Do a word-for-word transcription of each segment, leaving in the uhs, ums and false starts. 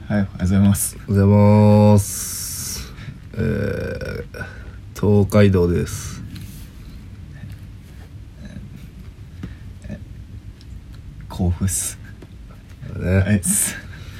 はい、おはようございます。 おはようございます。えー、東海道です。 甲府っす。 ね、 はいっす。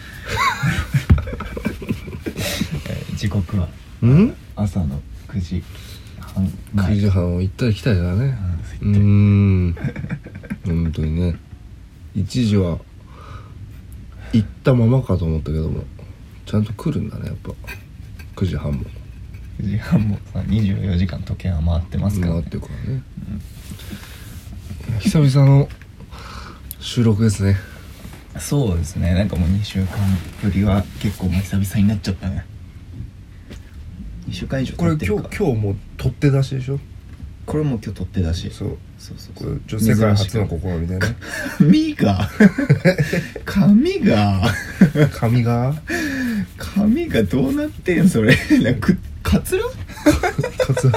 時刻はん朝のくじはん。 くじはんを行ったり来たりだね。うーん。本当にね。一時は行ったままかと思ったけども、ちゃんと来るんだね、やっぱくじはんも。 くじはんもさにじゅうよじかん時計は回ってますからね。 回ってるからね。うん、久々の収録ですね。 そうですね。なんかもうにしゅうかんぶりは結構もう久々になっちゃったね。にしゅうかん以上これ経ってるか。 今日今日もう取って出しでしょ。 これも今日取って出し。 そうそうそうこれ世界初の試みでね。 髪が髪が髪が髪がどうなってんそれ。なんかカツラカツラ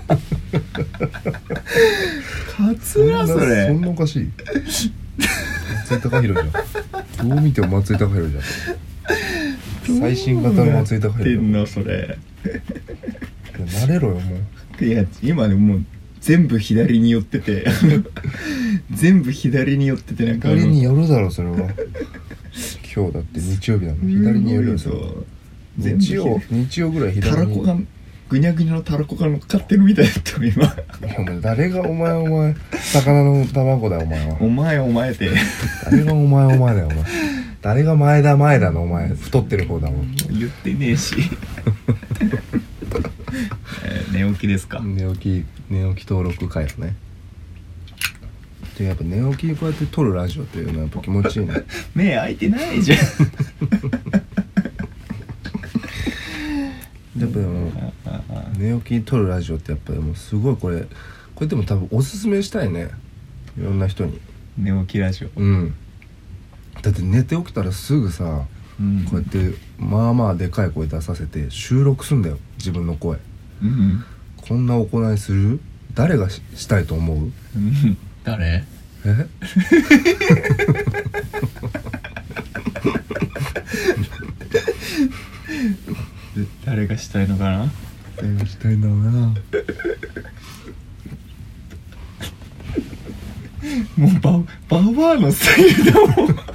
カツラそれ。 そんなおかしい。松井貴弘じゃん。どう見ても松井貴弘じゃん。最新型の松井貴弘どうなってんのそれ。 慣れろよもう。 いや今ねもう全部左に寄ってて全部左に寄っててなんか左に寄るだろそれは。今日だって日曜日なの。左に寄るよそれは。日曜日曜ぐらい左に。 たらこがぐにゃぐにゃのたらこが乗っかってるみたいだったの今。 いやお前誰がお前お前魚の卵だよお前は。 お前お前って誰がお前お前だよお前。誰が前田前田のお前太ってる方だもん。 言ってねえし。えー、寝起きですか。 寝起き寝起き登録会だね。でやっぱ寝起きにこうやって撮るラジオっていうのはやっぱ気持ちいいね。 目開いてないじゃん。 やっぱでも寝起きに撮るラジオってやっぱでもすごいこれこれでも多分おすすめしたいね、いろんな人に。 寝起きラジオ。 うん。だって寝て起きたらすぐさ、うん、こうやってまあまあでかい声出させて収録すんだよ自分の声。 うん、 こんな行いする？誰が し, したいと思う？うん、 誰？ え？ 誰がしたいのかな？ 誰がしたいのかな？ もうバババアのスタイルだもん。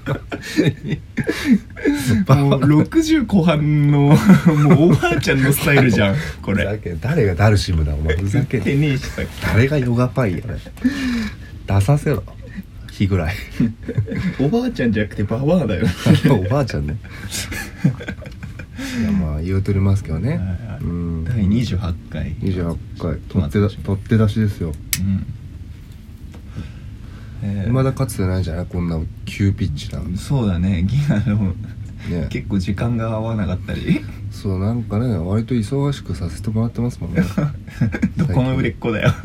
もうろくじゅう後半のもうおばあちゃんのスタイルじゃんこれ。 ふざけ誰がダルシムだお前。ふざけてねえしさ。 誰がヨガパイやね。出させろ日ぐらい。 おばあちゃんじゃなくてババアだよ。 おばあちゃんね。いやまあ言うとりますけどね、はいはい、うん、 だいにじゅうはちかいにじゅうはちかい取ってだ取って出しですよ。うん、えー、未だかつてないんじゃないこんな急ピッチな。 そうだねギガの、ね、結構時間が合わなかったり。 そうなんかね割と忙しくさせてもらってますもんね。 どこの売れっ子だよ。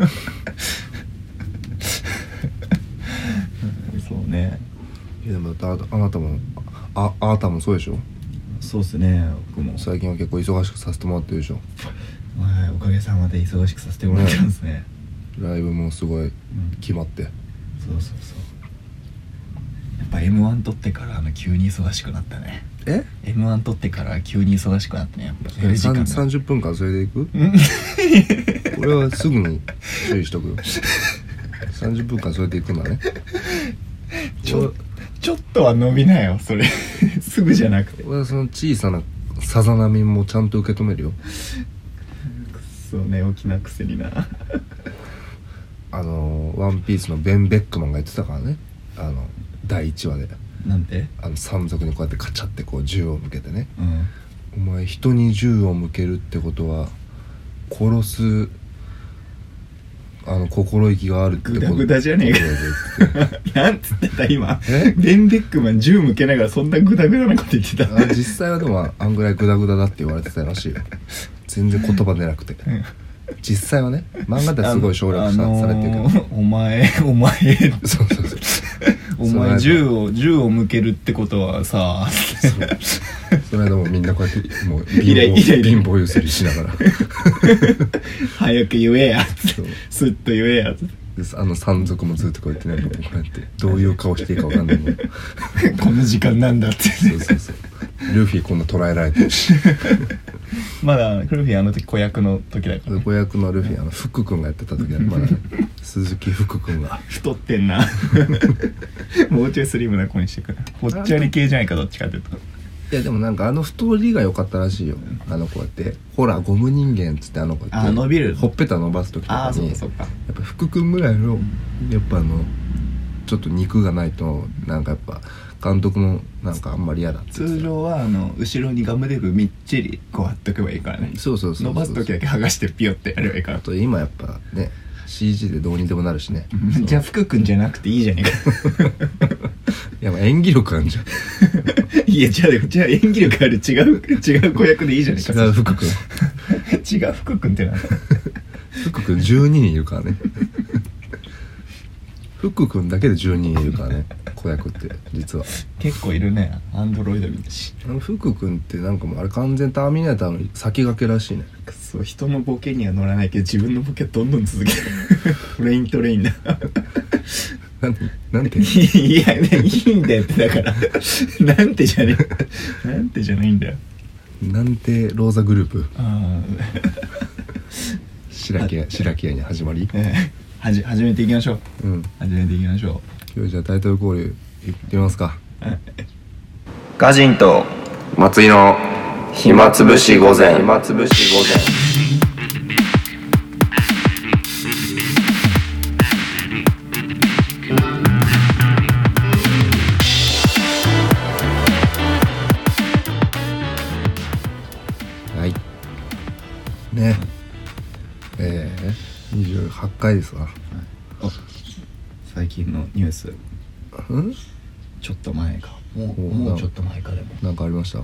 そうね。 いやでもああなたもああなたもそうでしょ。 そうっすね。僕も最近は結構忙しくさせてもらってるでしょ。 はい、おかげさまで忙しくさせてもらってますね。 ライブもすごい決まって、うん、 そうそうそう。やっぱ エムワン 撮ってからあの急に忙しくなったね。 えエムワン 撮ってから急に忙しくなったね。やっぱ寝る時間がさんじゅっぷんかんそれでいく？俺はすぐに注意しとくよ。さんじゅっぷんかんそれでいくんだね。 ちょちょっとは伸びなよそれ。すぐじゃなくて。 俺はその小さなさざ波もちゃんと受け止めるよ。くそ寝起きなくせにな。 あのワンピースのベン・ベックマンが言ってたからね、あのだいいちわで。 なんて？あの山賊にこうやってカチャってこう銃を向けてね、 うん、 お前人に銃を向けるってことは殺すあの心意気があるってこと。 グダグダじゃねえか。なんつってた今。ベン・ベックマン銃向けながらそんなグダグダなこと言ってた。 あ実際はでもあんぐらいグダグダだって言われてたらしいよ。全然言葉出なくて、うん、実際はね漫画ではすごい省略さ、あのー、されてるけど、 お前お前そうそうそうお前銃を銃を向けるってことはさ、 その間もみんなこうやってもう貧乏貧乏ゆすりしながら早く言えやっつってスッと言えやっつって。 あの山賊もずっとこうやってね、こうやってどういう顔していいか分かんないもん。 この時間なんだって。 そうそうそう。 ルフィこんな捉えられてるしまだルフィあの時子役の時だから、ね、 子役のルフィあの福君がやってた時だまだ、ね、鈴木福君が太ってんなもうちょいスリムな子にしてくれ。ぽっちゃり系じゃないかどっちかっていうと。 いやでもなんかあの太りが良かったらしいよ。あの子やってほらゴム人間っつってあの子ってあ伸びるほっぺた伸ばす時とかあーそうにかそうかやっぱ福君ぐらいのやっぱあのちょっと肉がないとなんかやっぱ監督もなんかあんまり嫌だって言って通常はあの後ろにガムテープみっちりこう貼っとけばいいからね。 た。そうそうそうそう伸ばす時だけ剥がしてピヨってやればいいからあと今やっぱね シージー でどうにでもなるしねじゃあ福君じゃなくていいじゃねえかいや演技力あるじゃんいやじゃあじゃあ演技力ある違う違う子役でいいじゃねえか違う福君違う福君ってなんだ福君じゅうににんいるからね福君だけでじゅうににんいるからね子役って実は結構いるね。アンドロイドみたいし。 あの福君ってなんかもうあれ完全ターミネーターの先駆けらしいね。 そう人のボケには乗らないけど自分のボケはどんどん続けるフレイントレインだなんなんていやねいいんだよってだからなんてじゃねえなんてじゃないんだよ。 なんてローザグループあ白木屋白木屋に始まり、 ええ、はじ始めていきましょう。 うん始めていきましょ今日じゃあタイトルコールいってみますか。 ガジンと松井の暇つぶし午前。 暇つぶし午前。はいねえー、にじゅうはちかいですわ。 う。最近のニュースうんちょっと前かもうおもうちょっと前かでもなんかありました？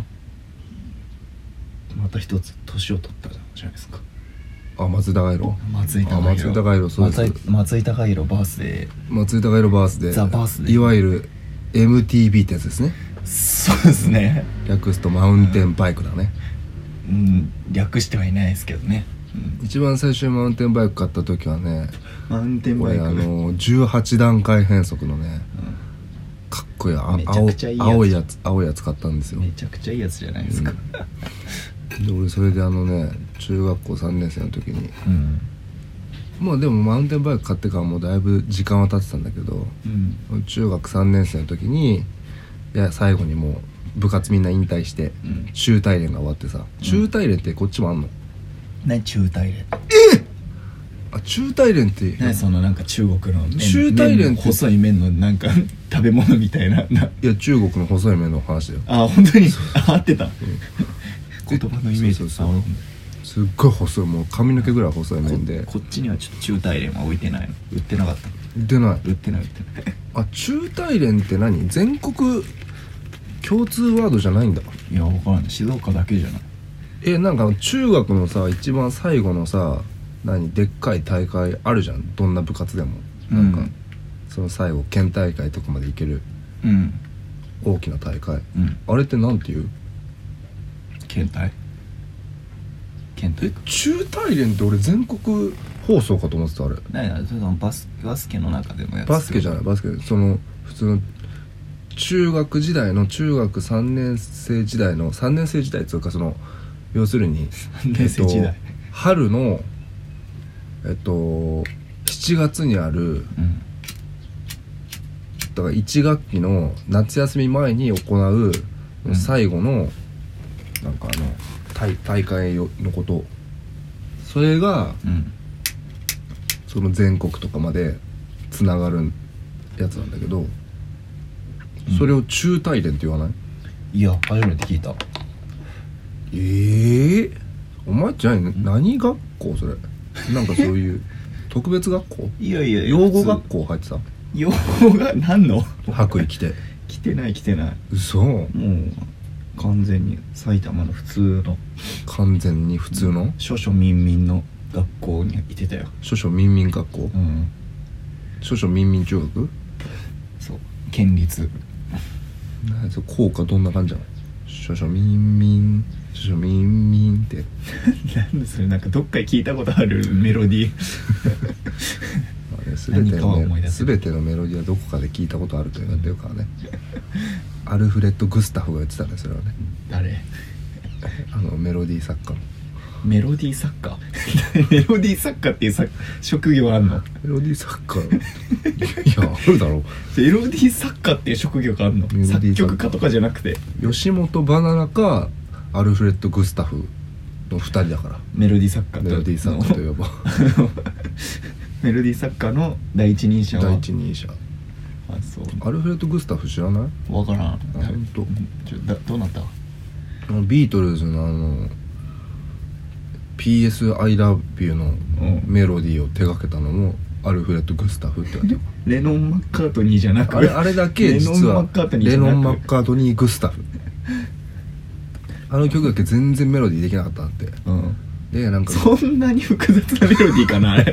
また一つ年を取ったじゃないですか。 あ松井貴弘松井貴あ松井弘貴弘そうです松井松井貴弘バースデ松井貴弘バースデーザバースデーいわゆる エムティービー ってやつですね。 ーそうですね。 略すとマウンテンバイクだね、 うん略してはいないですけどね、うん、 一番最初にマウンテンバイク買った時はねマウンテンバイク俺あのじゅうはちだんかい変速のねかっこいいあめちゃくちゃいいやつ青青いやつ青いやつ買ったんですよ。 めちゃくちゃいいやつじゃないですか。 で俺それであのね中学校さんねん生の時にうんまあでもマウンテンバイク買ってからもうだいぶ時間は経ってたんだけどうん中学さんねん生の時にいや最後にもう部活みんな引退してうん中大連が終わってさ、中大連ってこっちもあんの？ 何中大連あ中大連って何そのなんか中国の麺中大連って麺の細い麺のなんか食べ物みたいなないや中国の細い麺の話だよ。 あ本当にあ合ってた言葉のイメージそうそうそうあすっごい細いもう髪の毛ぐらい細い麺でこっちにはちょっと中大連は置いてないの売ってなかった出ない。 売ってない売ってないあ中大連って何全国共通ワードじゃないんだ。 いや分からない静岡だけじゃないえなんか中学のさ一番最後のさ何でっかい大会あるじゃんどんな部活でもなんか、 うんその最後県大会とかまで行けるうん大きな大会うんあれってなんていう？ 県大県え大中大連って俺全国放送かと思ってたあれ。 何やそのバスバスケの中でもやつバスケじゃないバスケその普通の中学時代の中学さんねん生時代のさんねん生時代っていうかその要するにさんねん生時代、 えっと、春のえっとしちがつにあるうんだからいち学期の夏休み前に行ううん最後の、なんかあの大大会のことそれがうんその全国とかまでつながるやつなんだけど、 うんそれを中大連って言わない？ いや初めて聞いた。 ええー、お前じゃない何学校それなんかそういう特別学校いやいや養護学校入ってた？ 養護が何の白衣着て来てない来てない嘘もう完全に埼玉の普通の完全に普通の諸々民民の学校にいてたよ。 諸々民民学校うん諸々民民中学そう県立なそ校歌どんな感じなの？諸々民民諸々民民ってなんでそれなんかどっかで聞いたことあるメロディーあれ全て何かはの思い出せ全てのメロディーはどこかで聞いたことあると言われてるからねアルフレッド・グスタフが言ってたねそれはね誰？ あのメロディー作家のメロディー作家メロディー作家っていうさ職業あんの？ メロディー作家いやあるだろう。 メロディー作家っていう職業があんの？ メロディー作家作曲家とかじゃなくて吉本バナナかアルフレッド・グスタフのふたりだからメロディー作家とメロディー作家といえばメロディー作家の第一人者は第一人者。 あ、そうアルフレッド・グスタフ知らない？ 分からん。 あほんとちょだどうなった？ あのビートルズのあの ピーエス I love you のメロディーを手掛けたのもアルフレッド・グスタフってやつよレノン・マッカートニーじゃなくあれあれだけ実はレノン・マッカートニーじゃなくレノン・マッカートニー・グスタフあの曲だけ全然メロディーできなかったんだって。 うんでなんかそんなに複雑なメロディーかなあれで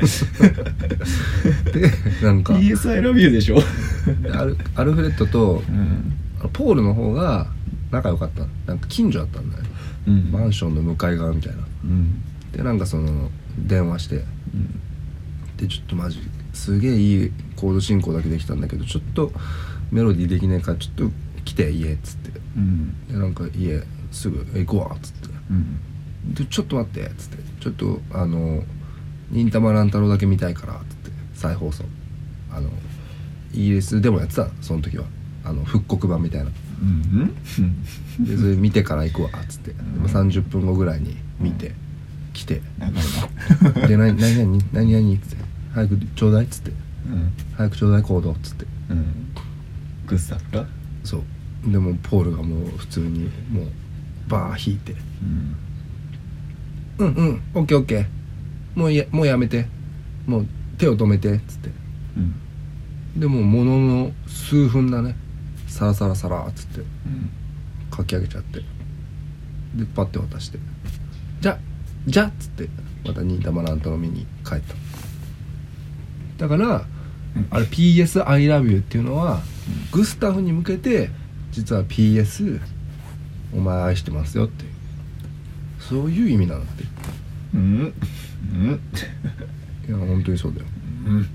なんかピーエス I love you でしょアルアルフレッドとうんポールの方が仲良かった。なんか近所だったんだよね、 うんマンションの向かい側みたいな。 うんでなんかその電話してうんでちょっとマジすげえいいコード進行だけできたんだけどちょっとメロディーできないからちょっと来て家っつってうんでなんか家すぐ行くわっつってうんでちょっと待ってっつってちょっとあの忍たま乱太郎だけ見たいからっつって再放送あのイギリスでもやってたその時はあの復刻版みたいなうんでそれ見てから行くわっつってでもさんじゅっぷんごぐらいに見て来て長いなで何何何何何っつって早くちょうだいっつってうん早くちょうだいコードっつってうんグスタフがそうでもポールがもう普通にもうバー弾いてうんうんうんオッケーオッケーもうやもうやめてもう手を止めてっつってうんでもものの数分だねサラサラサラっつってうん書き上げちゃってでパッて渡してじゃじゃっつってまた忍たま乱太郎見に帰っただからあれ ピーエス I love you っていうのはグスタフに向けて実は ピーエス お前愛してますよってそういう意味なんだってうんうんいや本当にそうだようんも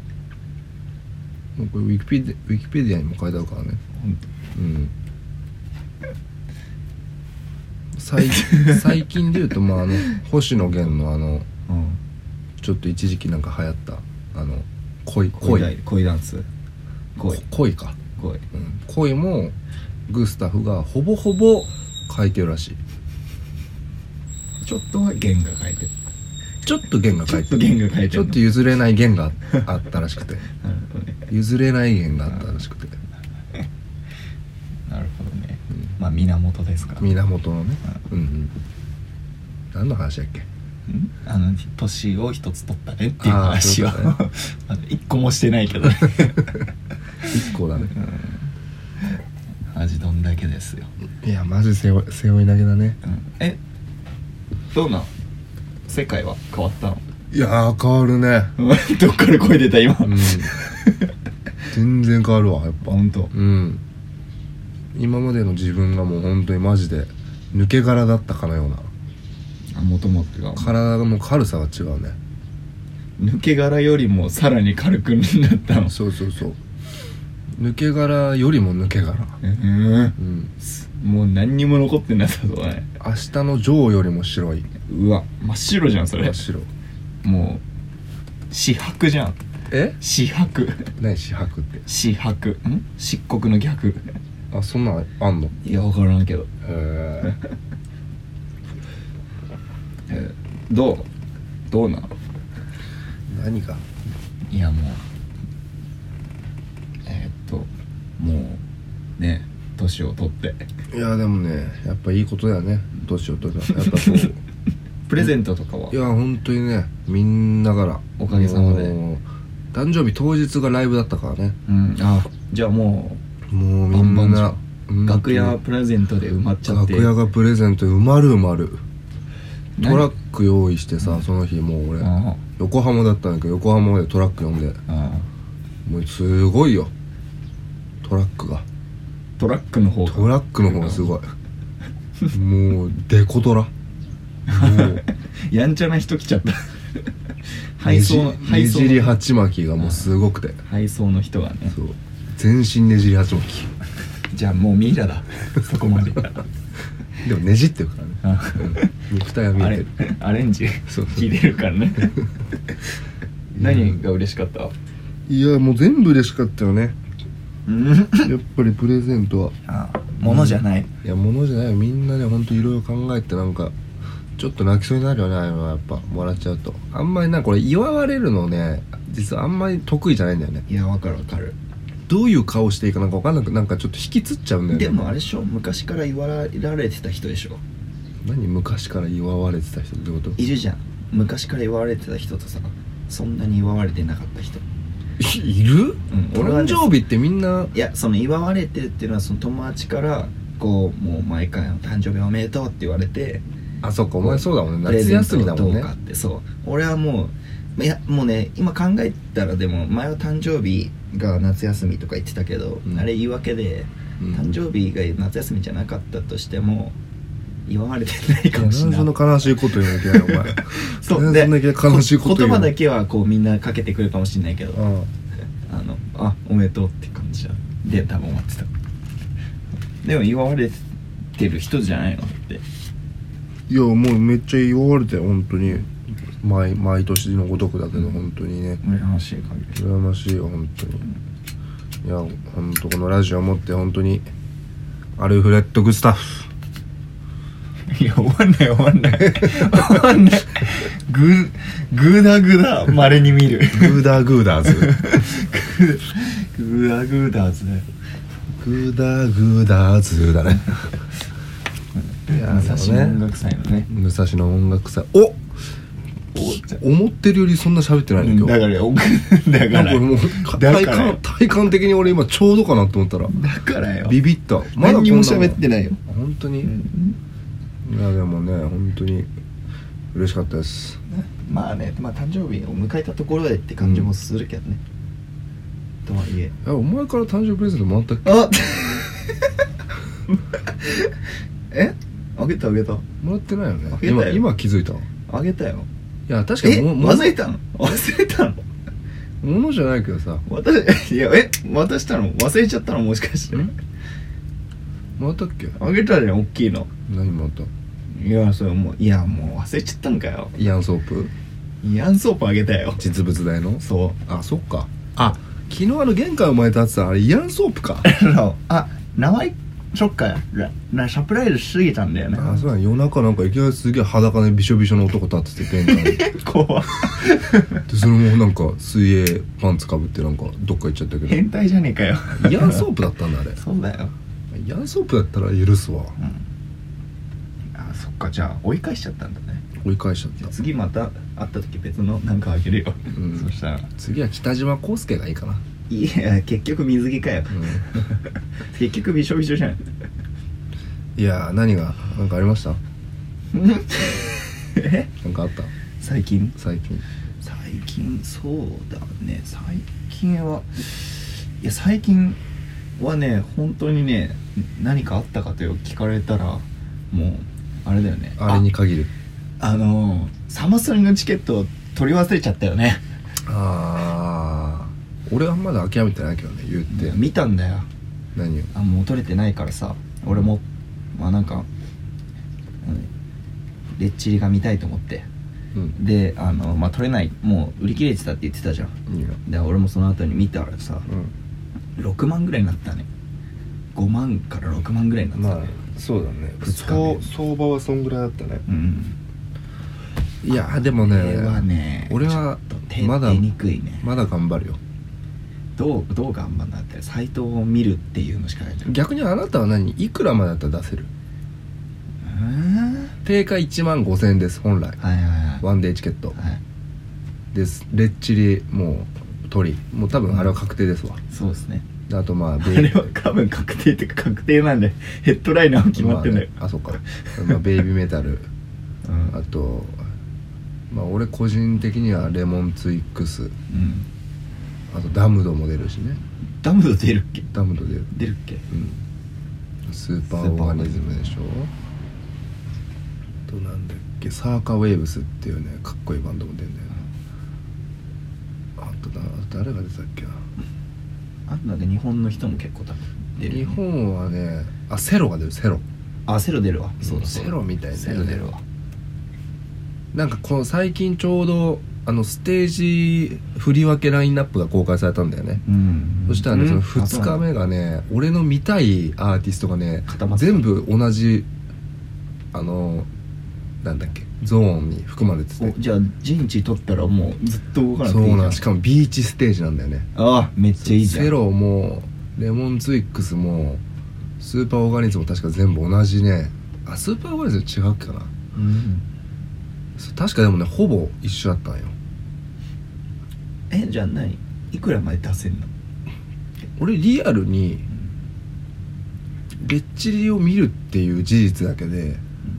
うこれウィキペディウィキペディアにも書いてあるからねほんとうん最最近で言うとまああの星野源のあのうんちょっと一時期なんか流行ったあの恋恋恋恋ダンス恋恋か、 恋うん、恋もグスタフがほぼほぼ書いてるらしいちょっとは弦が書いてるちょっと弦が書いてるちょっと弦が書いてるちょっと譲れない弦があったらしくてなるほどね譲れない弦があったらしくてなるほどね、まあ源ですから源のねうんうん何の話だっけうんあの年を一つ取ったねっていう話をあーそうだねあの一個もしてないけどね一個だね味どんだけですよ、 いやマジ背負い背負い投げだねうんえどうなん世界は変わったのいやー変わるねどっから声出た今、 うん全然変わるわやっぱほんとうん今までの自分がもう本当にマジで抜け殻だったかのようなあもともとが体の軽さが違うね抜け殻よりもさらに軽くなったのそうそうそう抜け殻よりも抜け殻うんうんもう何にも残ってなさそうね明日のジョーよりも白いうわ真っ白じゃんそれ真っ白もう紫白じゃんえ紫白何四白って紫白ん漆黒の逆あそんなんあんのいや分からんけど、 へえーどうどうなのえ何がいやもうえー、っともうね年を取っていやでもねやっぱいいことだよね年を取るのやっぱそうプレゼントとかはいや本当にねみんなからおかげさまでもう誕生日当日がライブだったからねうんあじゃあももうみバンバンじゃんなんうん楽屋プレゼントで埋まっちゃって楽屋がプレゼントで埋まる埋まる何トラック用意してさ、その日もう俺あ横浜だったんだけど横浜でトラック呼んであもうすごいよトラックがトラックの方がトラックの方がすごいもうデコトラもうやんちゃな人来ちゃったね配じ送配送ねじり鉢巻きがもうすごくて配送の人がねそう全身ねじり鉢巻きじゃあもうミイラだそこまででもねじってるからね、うん、肉体が見えてる。 アレンジそうそう聞いてるからね何が嬉しかった？ いやもう全部嬉しかったよねうんやっぱりプレゼントはあ物じゃない、 いや物じゃないよ。みんなねほんといろいろ考えてなんかちょっと泣きそうになるよね、ああいうのはやっぱもらっちゃうと。あんまりなんかこれ祝われるのね実はあんまり得意じゃないんだよね。 いやわかるわかる。 どういう顔していいかなんか分かんなくなんかちょっと引きつっちゃうんだよね。 でもあれでしょ、昔から言われてた人でしょ。 何昔から祝われてた人ってこと？ いるじゃん、昔から言われてた人とさそんなに祝われてなかった人。 いる？ うん、俺はね誕生日ってみんないやその祝われてるっていうのはその友達からこうもう毎回誕生日おめでとうって言われて、 あそっかお前そうだもんね、 プレゼント夏休みだもんね。 どうかってそう俺はもういやもうね今考えたらでも前は誕生日が夏休みとか言ってたけど、うん、あれ言い訳で、うん、誕生日が夏休みじゃなかったとしても祝われてないかもしれない。 その悲しいこと言うのいけないお前そうでそんだけ悲しいこと言う言葉だけはこうみんなかけてくるかもしれないけど、 あああのあおめでとうって感じで多分思ってた。でも祝われてる人じゃないのって。 いやもうめっちゃ祝われて本当に毎, 毎年のごとくだけど、うん、本当にね羨ましい限り羨ましいよ本当に、うん、いや本当このラジオをもって本当にアルフレッド・グスタフいや終わんない終わんない終わんないググーダーグーダーまれに見るグーダーグーダーズグーダーグーダーズだよ。 グーダーグーダーズだねいや武蔵野音楽祭のね武蔵野音楽祭お思ってるよりそんな喋ってないね今日。 だからだからもう体感体感的に俺今ちょうどかなと思ったらだからよビビった。 まだ何にも喋ってないよ本当に、うん、いやでもね本当に嬉しかったです。 まあね、まあ誕生日を迎えたところでって感じもするけどね、うん、とはいええお前から誕生日プレゼントもらったっけ？ あえあげたあげたもらってないよね。 今今気づいた。 あげたよ。 いや確かにえ忘れたの忘れたのものじゃないけどさ渡いやえ渡したの忘れちゃったのもしかしてもらったっけ？ あげたじゃん大きいの。 何もらった？ いやそれもういやもう忘れちゃったんかよ。 イアンソープイアンソープあげたよ実物大の。 そうあそっか。あ昨日あの玄関の前に立ってたあれイアンソープかあ名前そっかなサプライズしすぎたんだよね。 あそうや夜中なんかいきなりすげえ裸でびしょびしょの男立ってて玄関に怖っでそれもなんか水泳パンツかぶってなんかどっか行っちゃったけど変態じゃねえかよイアンソープだったんだあれそうだよイアンソープだったら許すわ、 うん、あそっかじゃあ追い返しちゃったんだね。 追い返しちゃった。 次また会った時別のなんかあげるよ、うん、そしたら次は北島康介がいいかな。 いや結局水着かよ、うん、結局びしょびしょじゃんいや何が何かありましたえなんかあった最近最近最近そうだね最近はいや最近はね本当にね何かあったかと聞かれたらもうあれだよね。 あれに限るあ, あのサマソニのチケットを取り忘れちゃったよね。 ああ俺はまだ諦めてないけどね言って、 うん、見たんだよ。 何を？ あもう取れてないからさ俺もまあなんか、うん、レッチリが見たいと思って、うん、であのまあ取れないもう売り切れてたって言ってたじゃん、うん、で俺もその後に見たらさ、うん、ろくまんぐらいになったね。ごまんからろくまんぐらいになったね。 まあそうだねふつかめ相場はそんぐらいだったね。 うんいやでもね俺はね俺はまだ手にくいね。 まだ頑張るよ。 どうどう頑張んなってサイトを見るっていうのしかないじゃん。 逆にあなたは何いくらまでだったら出せる？定価いちまんごせんえんです本来、はいはいはい、ワンデーチケット、はい、ですレッチリもう取りもう多分あれは確定ですわ、 うん、そうですね。 あとまあベイあれは多分確定っていうか確定なんでヘッドライナーは決まってんだよ、 まあね、あそっか、まあ、ベイビーメタル、うん、あとまあ俺個人的にはレモンツイックス、うん、あとダムドも出るしね。 ダムド出るっけ？ ダムド出る出るっけ？ うんスーパーオーガニズムでしょ。あとなんだっけサーカーウェーブスっていうねかっこいいバンドも出るんだよね。あとだ誰が出たっけな。 あとなんか日本の人も結構出る、ね、 日本はねあセロが出るセロ。 あセロ出るわ。そうだそうだセロみたいな、ね、 セロ出るわ。 なんかこの最近ちょうどあのステージ振り分けラインナップが公開されたんだよね、 うん、 そしたらね、 うん、 そのふつかめがね、俺の見たいアーティストがね全部同じあのなんだっけゾーンに含まれてて、 じゃあ陣地取ったらもうずっと動かなくていいじゃん。 そうなん、しかもビーチステージなんだよね。 ああめっちゃいいじゃん。 セロもレモンツイックスもスーパーオーガニズムも確か全部同じね。あスーパーオーガニズム違うっけかな、 うん、 確かでもねほぼ一緒だったんよ。 えじゃあ何いくらまで出せんの？ 俺リアルにレッチリを見るっていう事実だけで、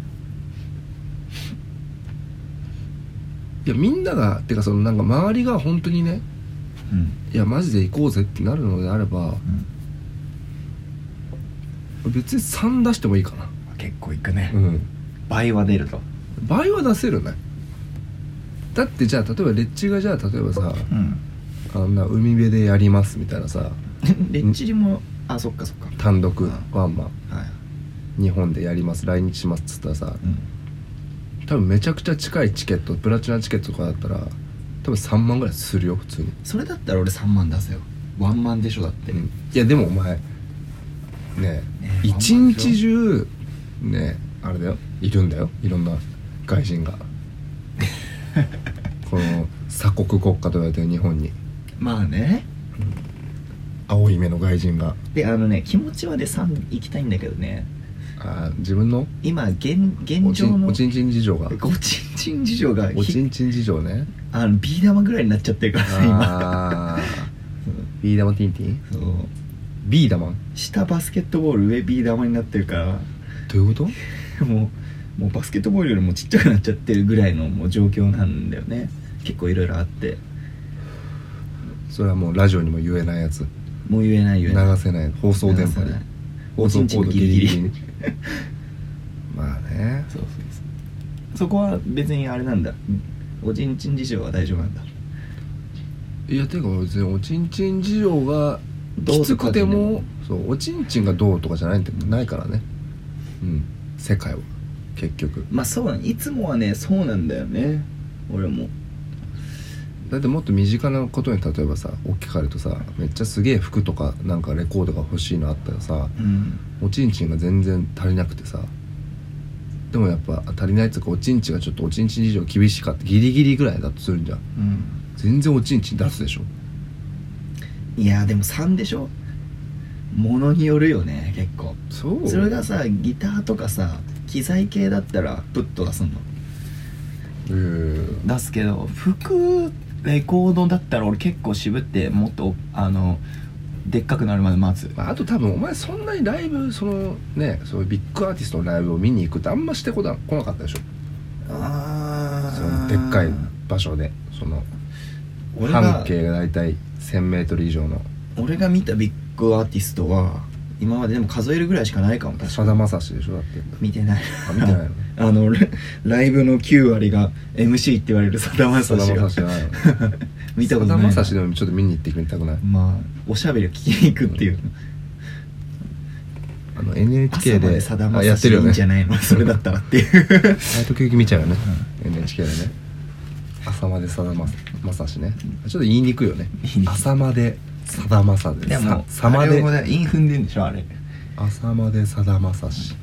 いやみんながてかそのなんか周りが本当にね、うん、いやマジで行こうぜってなるのであれば、うん、別にさん出してもいいかな。 結構いくね、 うん、 倍は出ると。 倍は出せるね。だってじゃあ例えばレッチがじゃあ例えばさ、うん、あんな海辺でやりますみたいなさレッチリもあそっかそっか単独ワンマン、 はい、 日本でやります来日しますっつったらさ、うん、多分めちゃくちゃ近いチケットプラチナチケットとかだったら多分さんまんぐらいするよ普通に。 それだったら俺さんまん出せよ。ワンマンでしょだって、うん、 いやでもお前ねえ一日中ねあれだよいるんだよいろんな外人がこの鎖国国家と言われてる日本にまあね、 うん、青い目の外人がであのね気持ちはでさん行きたいんだけどね。 あ自分の今現現状のおちんちん事情がおちんちん事情がおちんちん事情ねあのビー玉ぐらいになっちゃってるからさ今ビー玉ティンティンそうビー玉下バスケットボール上ビー玉になってるから。 どういうこともうもうバスケットボールよりもちっちゃくなっちゃってるぐらいのもう状況なんだよね。結構いろいろあってそれはもうラジオにも言えないやつ。 もう言えない言えない流せない放送電波に放送コードギリギリにまあねそうそうそうそこは別にあれなんだおちんちん事情は大丈夫なんだ。 いやてか別におちんちん事情がきつくてもそうおちんちんがどうとかじゃないってないからね。うん世界は結局まあそうなんいつもはねそうなんだよね俺も。 だってもっと身近なことに例えばさ大きくあるとさめっちゃすげえ服とかなんかレコードが欲しいのあったらさ、うん、おちんちんが全然足りなくてさでもやっぱ足りないっていうかおちんちんがちょっとおちんちん事情厳しかったギリギリぐらいだとするんじゃん、うん、全然おちんちん出すでしょ。 いやでもさんでしょものによるよね結構。 そうそれがさギターとかさ機材系だったらプッと出すのえー、 出すけど服レコードだったら俺結構渋ってもっとあのでっかくなるまで待つ。 あと多分お前そんなにライブそのねそういうビッグアーティストのライブを見に行くってあんましてこな来なかったでしょ。 ああそのでっかい場所でその半径がだいたいせんメートル以上の。 俺が見たビッグアーティストは今まででも数えるぐらいしかないかも。確かさだまさしでしょだって。 見てない。 あ見てないのあのライブのきゅう割が エムシー って言われるさだまさしが見たことない。 さだまさしでもちょっと見に行ってみたくない？ まあおしゃべりを聞きに行くっていう、 うん、あの エヌエイチケー でさだまさしいいんじゃないの、ね、それだったらっていう時々見ちゃうよね、うん、エヌエイチケー でね朝までさだまさしね。ちょっと言いにくいよね朝までさだまさででもさまで韻踏んでんでしょあれ。 朝までさだまさし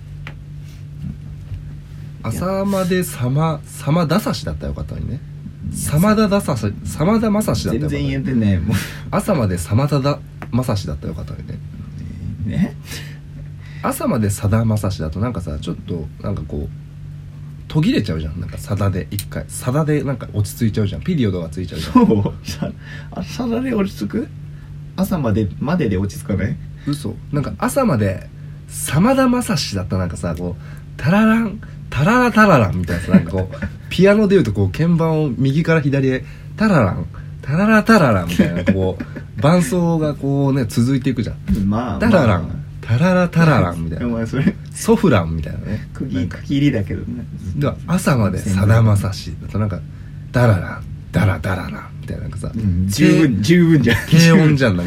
朝までさまさまださしだったらよかったのにね。さまだださしさまだまさしだったらよかった。 全然言えてねもう朝までさまだだまさしだったらよかったのにね。 ね朝までさだまさしだとなんかさちょっとなんかこう途切れちゃうじゃん。なんかさだで一回さだでなんか落ち着いちゃうじゃん。ピリオドがついちゃうじゃん。 そうささだで落ち着く。朝までまでで落ち着かない。 嘘。なんか朝までさまだまさしだったらなんかさこうタラランタララタラランみたいなさなんかこうピアノでいうとこう鍵盤を右から左へタラランタララタラランみたいなこう伴奏がこうね続いていくじゃん。 まあタララン、まあ、タララタラランみたいな。 お前それソフランみたいなね。 区切区切りだけどね。 では朝までさだまさしだとなんかダラランダラダラランみたいななんかさ、 うん、十分十分じゃん。 軽音じゃんなんか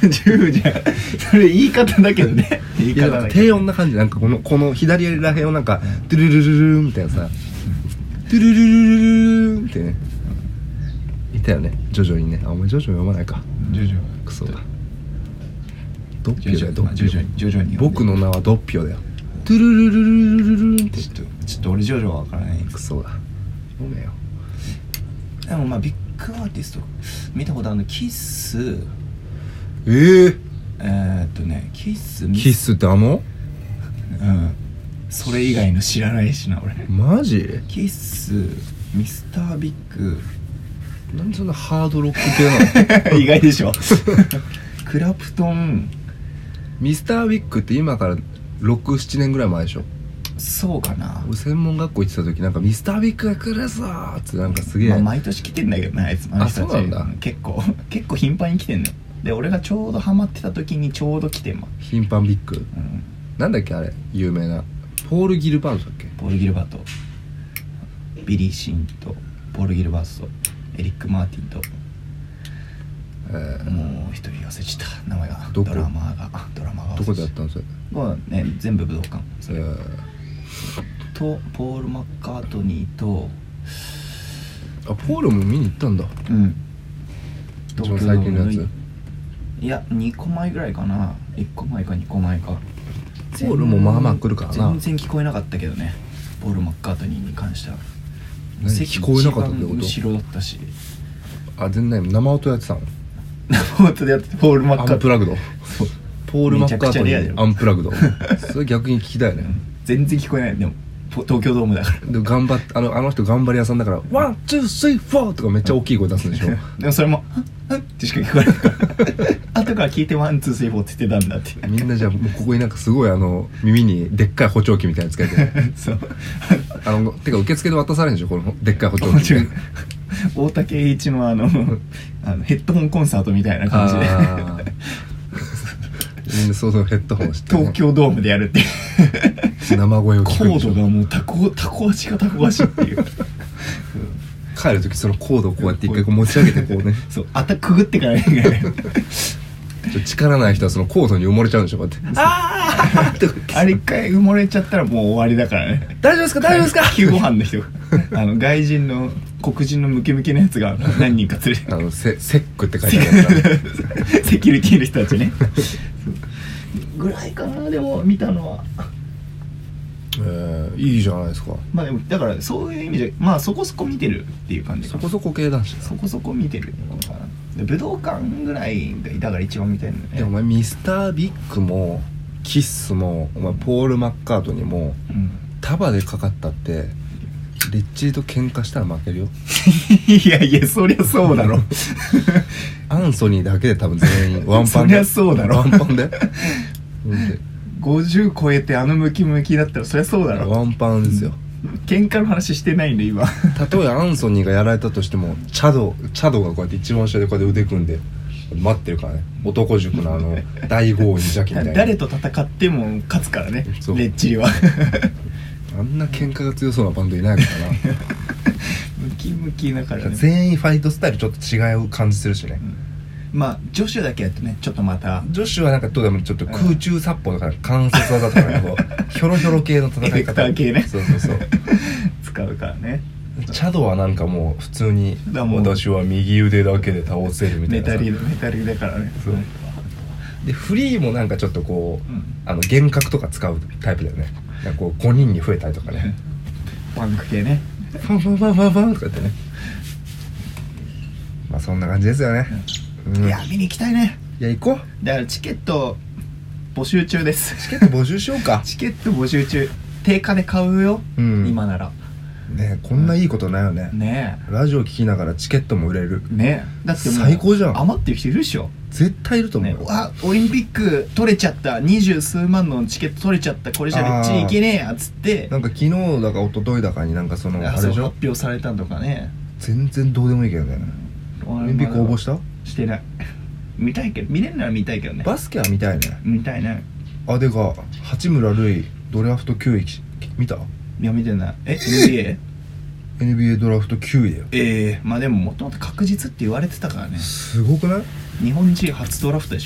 じゅうじゃんそれ言い方だけどね言いいや方だけど低音な感じなんかこのこの左らへんをなんかドゥルルルルルみたいなさドゥルルルルルルってねいたよね徐々にね。あお前徐々読まないか徐々 クソだドッピョだよドッピ徐々に徐々にョ僕の名はドッピョだよドゥルルルルルルルってちょっとちょっと俺徐々は分からないクソだ読めよ。 でもまあビッグアーティスト見たことあるのキッスえー、 えー、っとねキッスキッスってあのうんそれ以外の知らないしな俺マジキッスミスタービッグなんでそんなハードロック系なの意外でしょクラプトンミスタービッグって今からろく、ななねんぐらい前でしょ。 そうかな、 俺専門学校行ってた時なんかミスタービッグが来るぞーってなんかすげえ、 まあ、毎年来てんだけどなあいつあの人たちあそうなんだ結構結構頻繁に来てんのよ。で俺がちょうどハマってた時にちょうど来てんま、 頻繁ビッグ、 うん、 なんだっけあれ有名なポール・ギルバートだっけ。 ポール・ギルバートビリー・シンとポール・ギルバートとエリック・マーティンと、 えー、 もう一人忘れちゃった名前がどこドラマーがドラマーがどこでやったんですか。 これね全部武道館それ、 えー、 とポール・マッカートニーとあポールも見に行ったんだ。 うん一番最近のやつ。 いやにこまえぐらいかな。いっこまえかにこまえか。 ポールもまあまあ来るからな。 全然聞こえなかったけどねポール・マッカートニーに関しては。 何聞こえなかったってこと。 後ろだったしあ全然生音やってたの。 生音でやっててポール・マッカートニーアンプラグドそうポール・マッカートニーめちゃくちゃレアだよアンプラグドそれ逆に聞きたいね。 全然聞こえないでも東京ドームだからで頑張ってあのあの人頑張り屋さんだからワンツースリーフォーとかめっちゃ大きい声出すんでしょでもそれも「はっはっ」ってしか聞こえないから後から聞いて「ワンツースリーフォー」って言ってたんだってみんなじゃあもうここになんかすごいあの耳にでっかい補聴器みたいなのつけてそうあのてか受付で渡されるんでしょこのでっかい補聴器大竹栄一のあのあのヘッドホンコンサートみたいな感じであみんなそのヘッドホンして、ね、 東京ドームでやるって生声をコ聞くんでしょ。 ードがもうタコタコ足がタコ足っていう帰る時そのコードをこうやって一回こう持ち上げてこうねそうあたくぐってからいけないちょ力ない人はそのコードに埋もれちゃうんでしょこうやってあーあれ一回埋もれちゃったらもう終わりだからね。 大丈夫ですか大丈夫ですか救護班の人あの外人の黒人のムキムキのやつが何人か連れてあのセセックって書いてあるからセキュリティの人たちねぐらいかなでも見たのは。 えー、いいじゃないですか。 まあでもだからそういう意味でまあそこそこ見てるっていう感じかな。 そこそこ系男子だ。 そこそこ見てるのかな。で武道館ぐらいがだから一番見たいのね。 でお前ミスタービッグもキッスもお前ポール・マッカートニーも、うん、束でかかったってレッチリと喧嘩したら負けるよいやいやそりゃそうだろアンソニーだけで多分全員ワンパンでそりゃそうだろワンパンでごじゅう超えてあのムキムキだったらそりゃそうだろ。 ワンパンですよ。 喧嘩の話してないんで今たとえアンソニーがやられたとしてもチャドチャドがこうやって一番下でこうやって腕組んで待ってるからね。男塾のあの大豪院邪気みたいな誰と戦っても勝つからねレッチリはあんな喧嘩が強そうなバンドいないからなムキムキだからね。 全員ファイトスタイルちょっと違う感じするしね、 うん、まあ女子だけやとねちょっとまた女子はなんかどうでもちょっと空中殺法とか関節技とかねこうヒョロヒョロ系の戦い方エフェクター系ねそうそうそう使うからね。 チャドはなんかもう普通に私は右腕だけで倒せるみたいなメタリメタリだからね。 そうでフリーもなんかちょっとこう、うん、あの幻覚とか使うタイプだよね。なんかこうごにんに増えたりとかねパンク系ねファンファンファンファンファンとか言ってねまあそんな感じですよね、 うん、いや見に行きたいね。 いや行こう。 だからチケット募集中です。 チケット募集しようかチケット募集中定価で買うよ、うん、今ならねえこんないいことないよね、 うん、ねえラジオ聞きながらチケットも売れるねえだってもう最高じゃん。 余ってる人いるでしょ絶対いると思う、 ね、あオリンピック取れちゃった二十数万のチケット取れちゃったこれじゃレッチリいけねえやっつってなんか昨日だか一昨日だかになんかそのあれでしょ発表されたとかね。 全然どうでもいいけどね、うん、オリンピック応募したしてない見たいけど見れるなら見たいけどね。 バスケは見たいね。 見たいね。 あでが八村塁ドラフトきゅうい見た？ いや見てない。え エヌビーエーエヌビーエー ドラフトきゅういだよ。 ええー、まあでももともと確実って言われてたからね。 すごくない？ 日本人初ドラフトでしょ。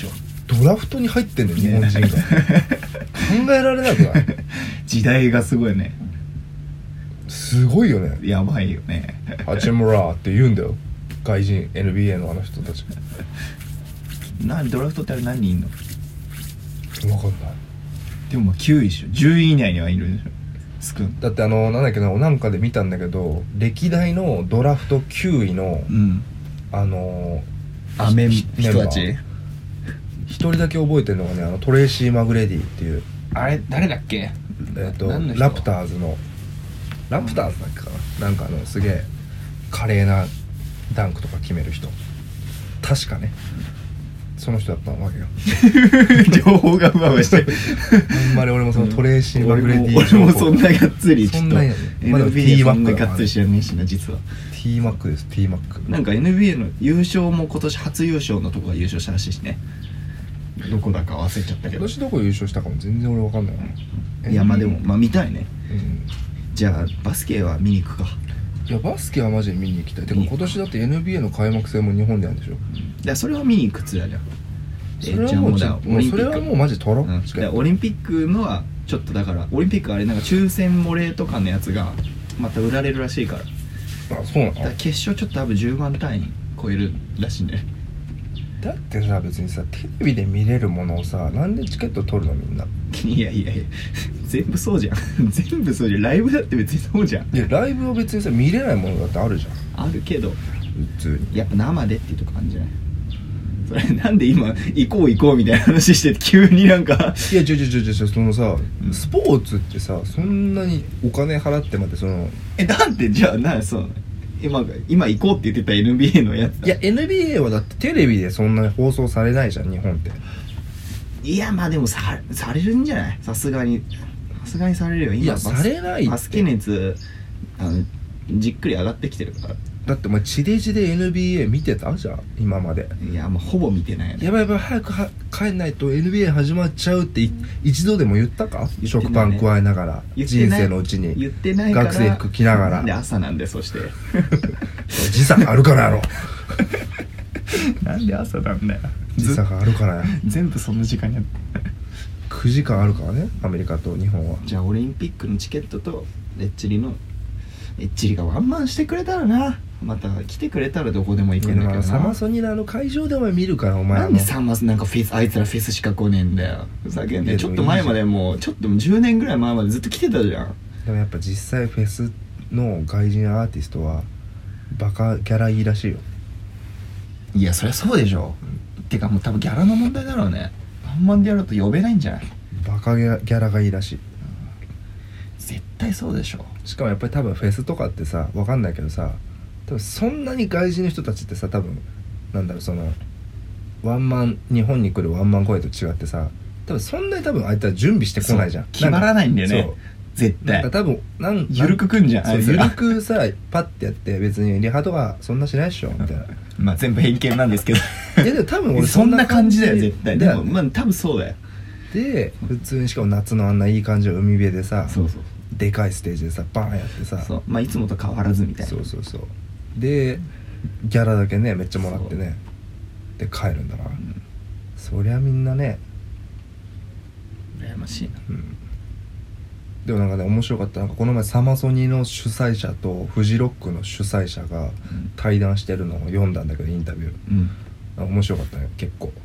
ドラフトに入ってんだよ日本人が考えられなくない？ 時代がすごいね。 すごいよね。 やばいよね。 八村って言うんだよ外人 エヌビーエー のあの人たち。 なドラフトってあれ何人いんの？ 分かんない。 でもきゅういでしょ。じゅうい以内にはいるでしょ。少んだってあのなんだっけな、なんかで見たんだけど歴代のドラフトきゅういの、 うん、 あのアメ人たち一人だけ覚えてるのがね、あのトレイシー・マグレディっていう、 あれ誰だっけ？ えっとラプターズのラプターズだっけかな、なんかあのすげえ華麗なダンクとか決める人、確かねその人だったわけよ情報がうまましてあんまり俺もそのトレイシー・マグレディ俺もそんながっつりちょっとエヌビーエー そんながっつり知らねえしな実は。 T マックです T マック。 なんか エヌビーエー の優勝も今年初優勝のとこが優勝したらしいしね。どこだか忘れちゃったけど今年どこ優勝したかも全然俺分かんないな。 いやまあでもまあ見たいね、 うん、 じゃあバスケは見に行くか。 いやバスケはマジで見に行きたい。てか今年だって エヌビーエー の開幕戦も日本であるんでしょ。いやそれは見に行くつらじゃん。 それはもうじゃあもうそれはもうマジ取ろう、うん、 でオリンピックのはちょっとだからオリンピックあれなんか抽選漏れとかのやつがまた売られるらしいから。 あ、そうなの？ だから決勝ちょっと多分じゅうまん単位超えるらしいね。 だってさ別にさテレビで見れるものをさなんでチケット取るのみんな。 いやいやいや全部そうじゃん全部そうじゃん。ライブだって別にそうじゃん。 いやライブは別にさ見れないものだってあるじゃん。あるけど普通にやっぱ生でっていうとこあるんじゃない？それなんで今行こう行こうみたいな話して急になんかいやちょちょちょちょそのさ、うん、スポーツってさそんなにお金払ってまでそのえだってじゃあなそう今今行こうって言ってた エヌビーエー のやつ。 いや エヌビーエー はだってテレビでそんなに放送されないじゃん日本って。 いやまあでもさされるんじゃない？さすがにさすがにされるよ。今いやされないってバスケ熱あのじっくり上がってきてるから。 だってお前地デジで エヌビーエー 見てたじゃん今まで。 いやもうほぼ見てないよね。 やばいやばい早くは帰んないと エヌビーエー 始まっちゃうって一度でも言ったか？言ってないね、食パン加えながら人生のうちに言ってないから学生服着ながら。 なんで朝なんでそして時差があるからやろなんで朝なんだよ。 時差があるからや全部そんな時間にやってくじかんあるからねアメリカと日本は。 じゃあオリンピックのチケットとレッチリのレッチリがワンマンしてくれたらな、また来てくれたらどこでも行けんだけどな。 サマソニのあの会場でお前見るからお前なんでサマソなんかフェスあいつらフェスしか来ねえんだよふざけんね。ちょっと前までもうちょっとじゅうねんぐらい前までずっと来てたじゃん。 でもやっぱ実際フェスの外人アーティストはバカギャラいいらしいよ。 いやそりゃそうでしょ、うん、てかもう多分ギャラの問題だろうね。ワンマンでやると呼べないんじゃない？ バカギャラ、ギャラがいいらしい、うん、 絶対そうでしょ。 しかもやっぱり多分フェスとかってさわかんないけどさ多分そんなに外人の人たちってさ多分なんだろうそのワンマン日本に来るワンマン公演と違ってさ多分そんなに多分あいつは準備してこないじゃん。 決まらないんだよね絶対。 なんか多分なんゆるくくんじゃん。 そうゆるくさパッてやって別にリハとかそんなしないっしょみたいなまあ全部偏見なんですけどいやでも多分俺そんな感じだよ絶対。でもまあ多分そうだよ。 で普通にしかも夏のあんないい感じの海辺でさそうそうでかいステージでさバーンやってさそうまあいつもと変わらずみたいな。 そうそうそうでギャラだけねめっちゃもらってねで帰るんだな、うん、そりゃみんなね羨ましいな、 うん、でもなんかね面白かったなんかこの前サマソニの主催者とフジロックの主催者が対談してるのを読んだんだけどインタビュー、うん、面白かったね結構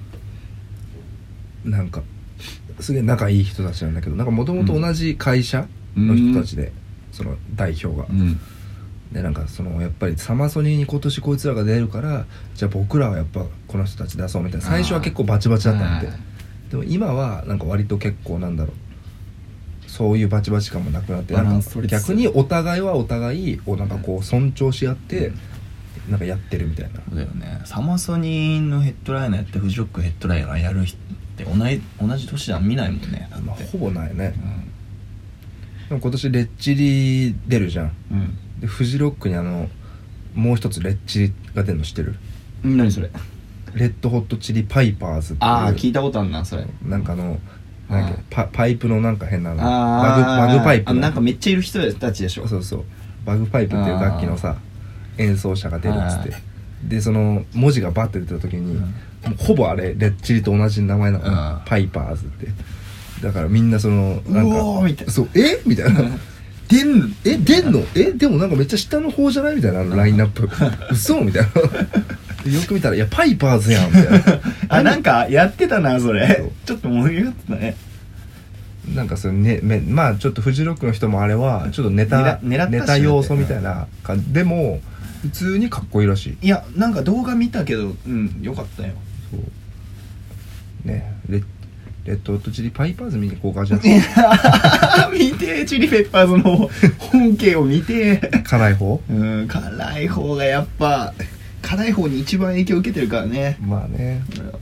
なんかすげえ仲いい人たちなんだけどなんかもともと同じ会社の人たちで、うん、その代表が、うん、でなんかそのやっぱりサマソニに今年こいつらが出るからじゃあ僕らはやっぱこの人たち出そうみたいな最初は結構バチバチだったんででも今はなんか割と結構なんだろうそういうバチバチ感もなくなってなんか逆にお互いはお互いをなんかこう尊重し合ってなんかやってるみたいな。 そうだよね。サマソニのヘッドライナーやってフジロックヘッドライナーやる人って同じ同じ年では見ないもんね。 まあ、ほぼないね、うん、でも今年レッチリ出るじゃん、うん、でフジロックにあのもう一つレッチリが出るの知ってる？ 何それ？ レッドホットチリパイパーズっていう。 ああ聞いたことあるなそれ。 なんかあのなんか パ, パイプのなんか変なのバグバグパイプのなんかめっちゃいる人たちでしょ。 そうそうバグパイプっていう楽器のさ演奏者が出るっつってでその文字がバッて出た時に、うん、 ほぼあれレッチリと同じ名前なの、 うんパイパーズって。だからみんなそのなんかうおーみたいなそうえみたいな出んえ出んのえでもなんかめっちゃ下の方じゃないみたいなラインナップ嘘みたいなよく見たらいやパイパーズやんみたいなあなんかやってたなそれちょっと盛り上がってたね。 なんかそれねめまあちょっとフジロックの人もあれはちょっとネタ狙狙ったっしょネタ要素みたいなかでも普通にかっこいいらしい。 いやなんか動画見たけどうんよかったよ。 そうねレレッドホットチリパイパーズ見に行こうかじゃあ見てチリペッパーズの本家を見て辛い方うん辛い方がやっぱ辛い方に一番影響を受けてるからね。 まあね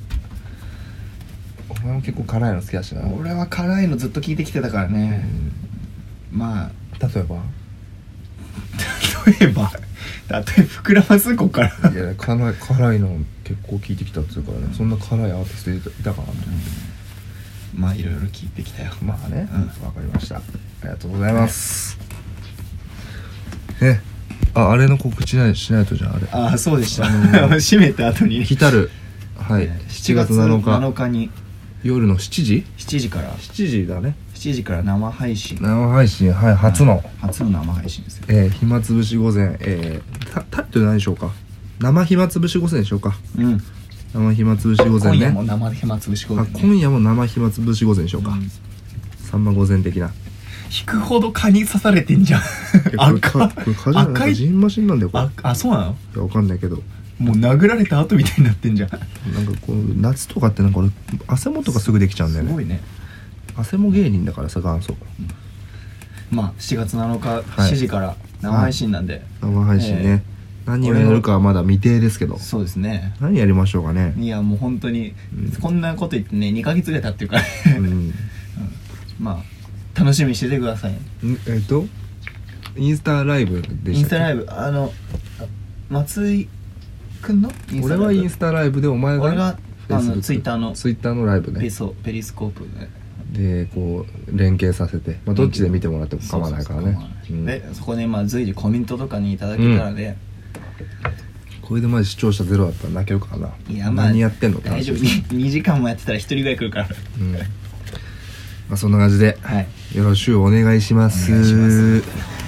お前も結構辛いの好きだしな。 俺は辛いのずっと聞いてきてたからね、うん、まあ例えば例えば例えば膨らますこっからいや辛い辛いの結構聞いてきたっつうからね、そんな辛いアーティストいたいたかなと思って、 うん、まあいろいろ聞いてきたよ。 まあね、 うん、 わかりました。ありがとうございます。ね、あ、あれの告知ないしないとじゃああれ。 ああそうでした。 あのー、 閉めた後に来たるはい、しちがつなのかなのかに夜のしちじしちじからしちじだね。 しちじから生配信生配信はい初の、 はい、初の生配信ですよ。 えー、暇つぶし午前えー、タタイトル何でしょうか。生暇つぶし午前でしょうか。 うん生暇つぶし午前ね。 今夜も生暇つぶし午前、ね、 あ今夜も生暇つぶし午前でしょうか、うん、さんま午前的な。 引くほど蚊に刺されてんじゃん赤これ蚊じゃないかジンマシンなんだよこれ。 あ, あそうなの。 いやわかんないけどもう殴られた後みたいになってんじゃん。なんかこう夏とかってなんか俺汗もとかすぐできちゃうんだよね。 すごいね。 汗も芸人だからさ元祖、 うん、まあしちがつなのかしちじから生配信なんで、はい、 生配信ね、えー、何をやるかはまだ未定ですけど。 そうですね。 何やりましょうかね。 いやもう本当に、うん、こんなこと言ってねにかげつぐらい経ってるから、うんうん、まあ楽しみにしててください。 えっとインスタライブでしたっけ。 インスタライブあの松井くんのインスタライブ。 俺はインスタライブでお前が俺があのツイッターのツイッターのライブね。 ペソペリスコープねでこう連携させて、まあ、どっちで見てもらっても構わないからね。 でそこでまあ随時コメントとかにいただけたらね、 うん、これでマジ視聴者ゼロだったら泣けるからな。 いやまあ何やってんのって大丈夫。にじかんもやってたらひとりぐらい来るから、うんまあ、そんな感じで、はい、よろしくお願いします。お願いします。